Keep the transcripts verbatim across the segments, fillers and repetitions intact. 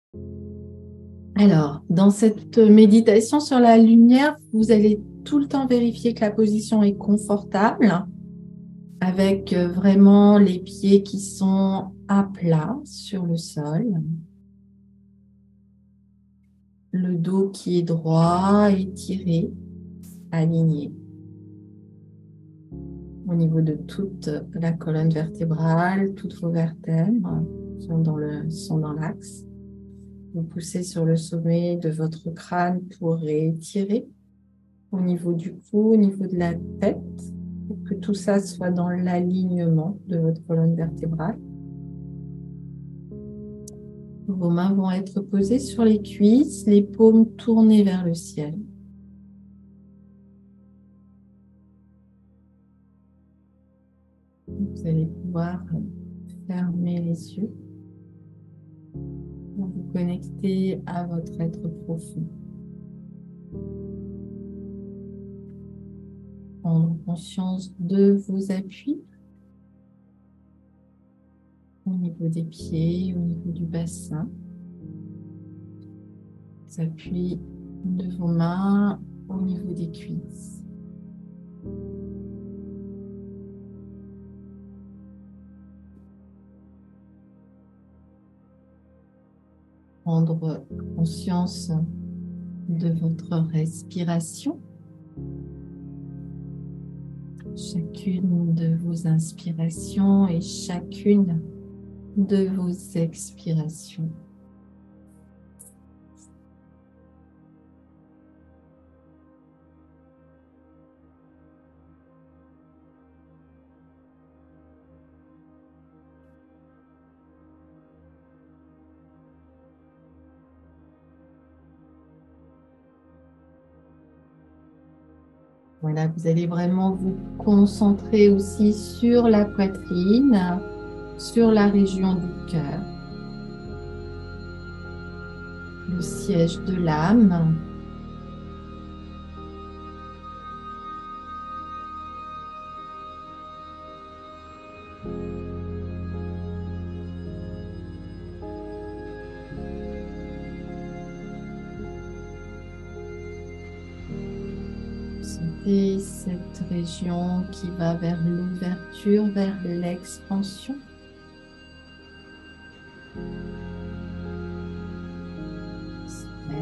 Alors, dans cette méditation sur la lumière, vous allez tout le temps vérifier que la position est confortable, avec euh, vraiment les pieds qui sont à plat sur le sol, le dos qui est droit, étiré, aligné au niveau de toute la colonne vertébrale, toutes vos vertèbres sont dans le, sont dans l'axe. Vous poussez sur le sommet de votre crâne pour étirer au niveau du cou, au niveau de la tête, pour que tout ça soit dans l'alignement de votre colonne vertébrale. Vos mains vont être posées sur les cuisses, les paumes tournées vers le ciel. Vous allez pouvoir fermer les yeux pour vous connecter à votre être profond. Prendre conscience de vos appuis au niveau des pieds, au niveau du bassin. Les appuis de vos mains au niveau des cuisses. Prendre conscience de votre respiration. Chacune de vos inspirations et chacune de vos expirations. Voilà, vous allez vraiment vous concentrer aussi sur la poitrine, sur la région du cœur, le siège de l'âme. Sentez cette région qui va vers l'ouverture, vers l'expansion. Super.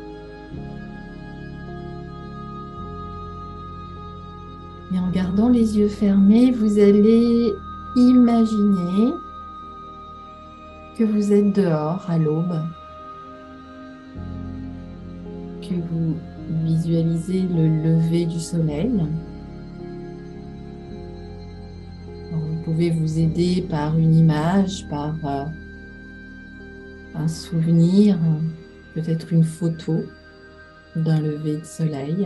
Et en gardant les yeux fermés, vous allez imaginer que vous êtes dehors à l'aube, que vous visualisez le lever du soleil. Alors, vous pouvez vous aider par une image, par euh, un souvenir, peut-être une photo d'un lever de soleil.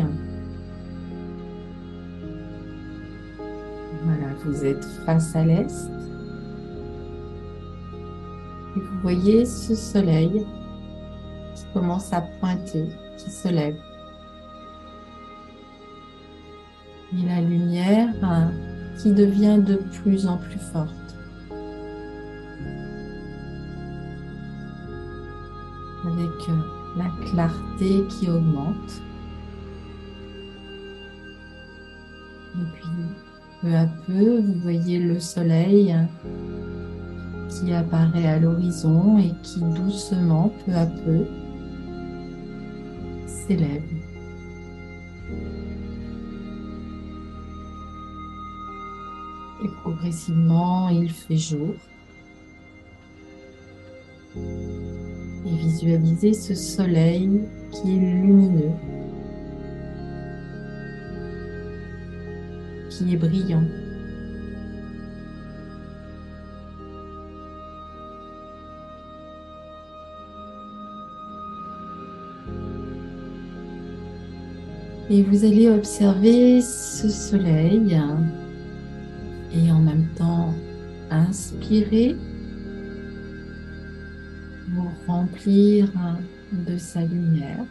Voilà, vous êtes face à l'est et vous voyez ce soleil qui commence à pointer, qui se lève. Et la lumière hein, qui devient de plus en plus forte. Avec euh, la clarté qui augmente. Et puis, peu à peu, vous voyez le soleil qui apparaît à l'horizon et qui doucement, peu à peu, s'élève. Et progressivement, il fait jour. Et visualisez ce soleil qui est lumineux, qui est brillant. Et vous allez observer ce soleil et en même temps inspirer, vous remplir de sa lumière.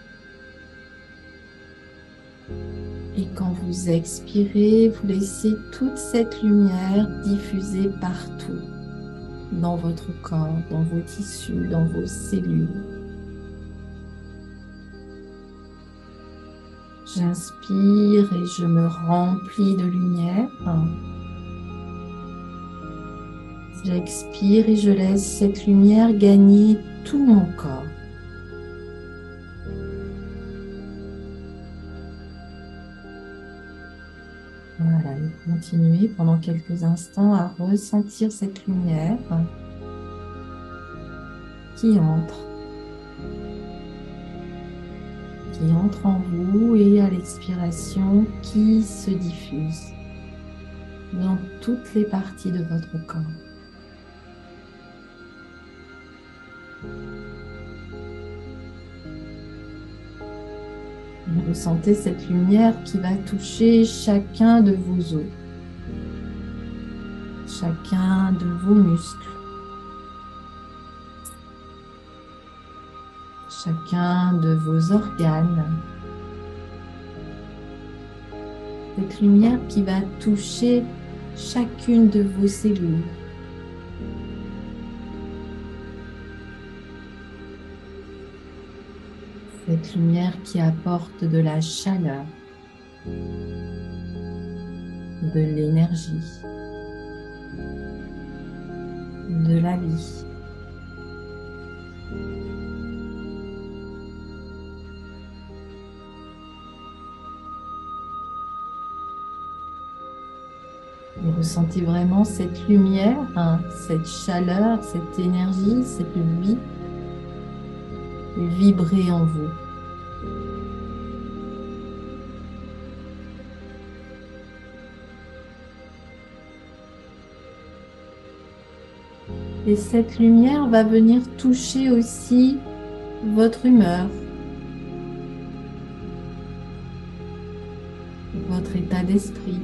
Et quand vous expirez, vous laissez toute cette lumière diffuser partout. dans votre corps, dans vos tissus, dans vos cellules. J'inspire et je me remplis de lumière. J'expire et je laisse cette lumière gagner tout mon corps. Voilà, et continuez pendant quelques instants à ressentir cette lumière qui entre, qui entre en vous et à l'expiration qui se diffuse dans toutes les parties de votre corps. Et ressentez cette lumière qui va toucher chacun de vos os, chacun de vos muscles, chacun de vos organes. Cette lumière qui va toucher chacune de vos cellules. Cette lumière qui apporte de la chaleur, de l'énergie, de la vie. Et ressentez vraiment cette lumière, hein, cette chaleur, cette énergie, cette vie vibrer en vous. Et cette lumière va venir toucher aussi votre humeur, votre état d'esprit,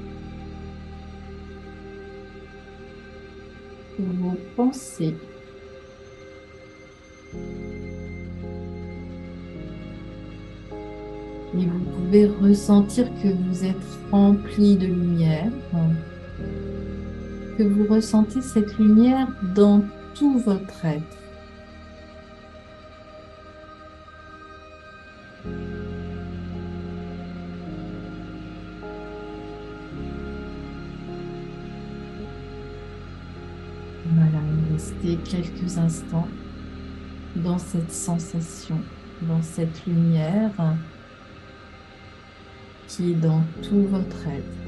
vos pensées. Et vous pouvez ressentir que vous êtes rempli de lumière, que vous ressentez cette lumière dans tout votre être. Voilà, restez quelques instants dans cette sensation, dans cette lumière qui est dans tout votre être.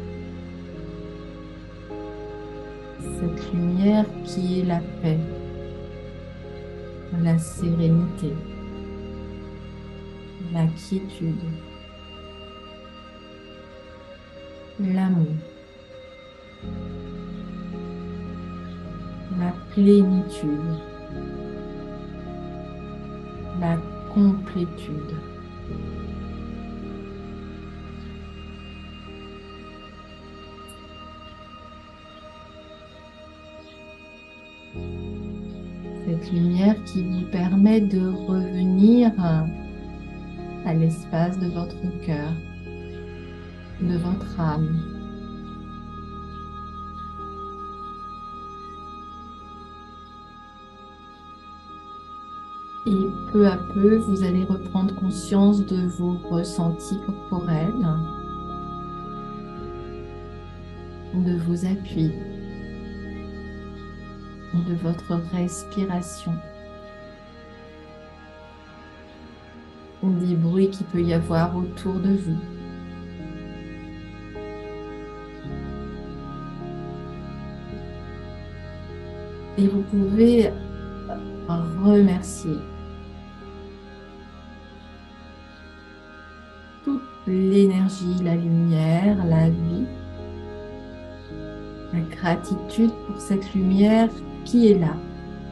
Cette lumière qui est la paix, la sérénité, la quiétude, l'amour, la plénitude, la complétude. Cette lumière qui vous permet de revenir à l'espace de votre cœur, de votre âme. Et peu à peu, vous allez reprendre conscience de vos ressentis corporels, de vos appuis, de votre respiration, des bruits qu'il peut y avoir autour de vous. Et vous pouvez remercier toute l'énergie, la lumière, la vie, la gratitude pour cette lumière qui est là.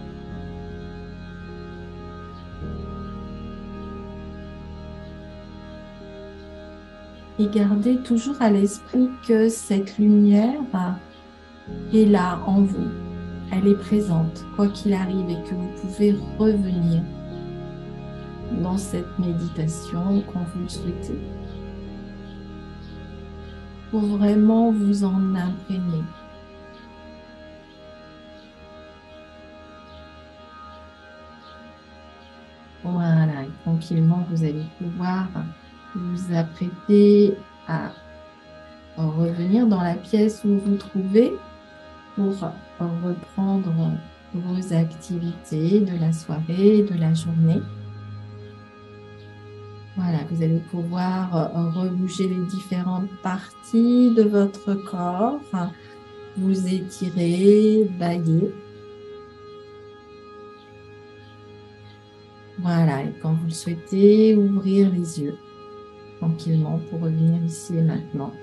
Et gardez toujours à l'esprit que cette lumière est là en vous. Elle est présente, quoi qu'il arrive, et que vous pouvez revenir dans cette méditation quand vous le souhaitez, pour vraiment vous en imprégner. Voilà, et tranquillement, vous allez pouvoir vous apprêter à revenir dans la pièce où vous vous trouvez pour reprendre vos activités de la soirée, de la journée. Voilà, vous allez pouvoir rebouger les différentes parties de votre corps, vous étirer, bailler. Voilà, et quand vous le souhaitez, ouvrir les yeux tranquillement pour revenir ici et maintenant.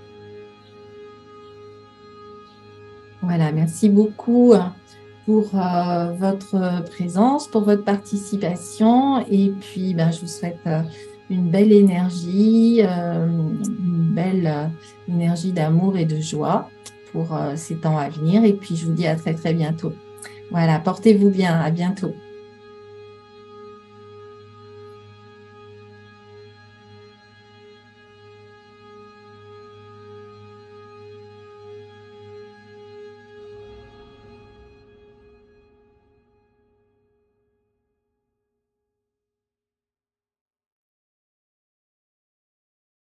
Voilà, merci beaucoup pour euh, votre présence, pour votre participation. Et puis, ben, je vous souhaite euh, une belle énergie, euh, une belle euh, énergie d'amour et de joie pour euh, ces temps à venir. Et puis, je vous dis à très, très bientôt. Voilà, portez-vous bien. À bientôt.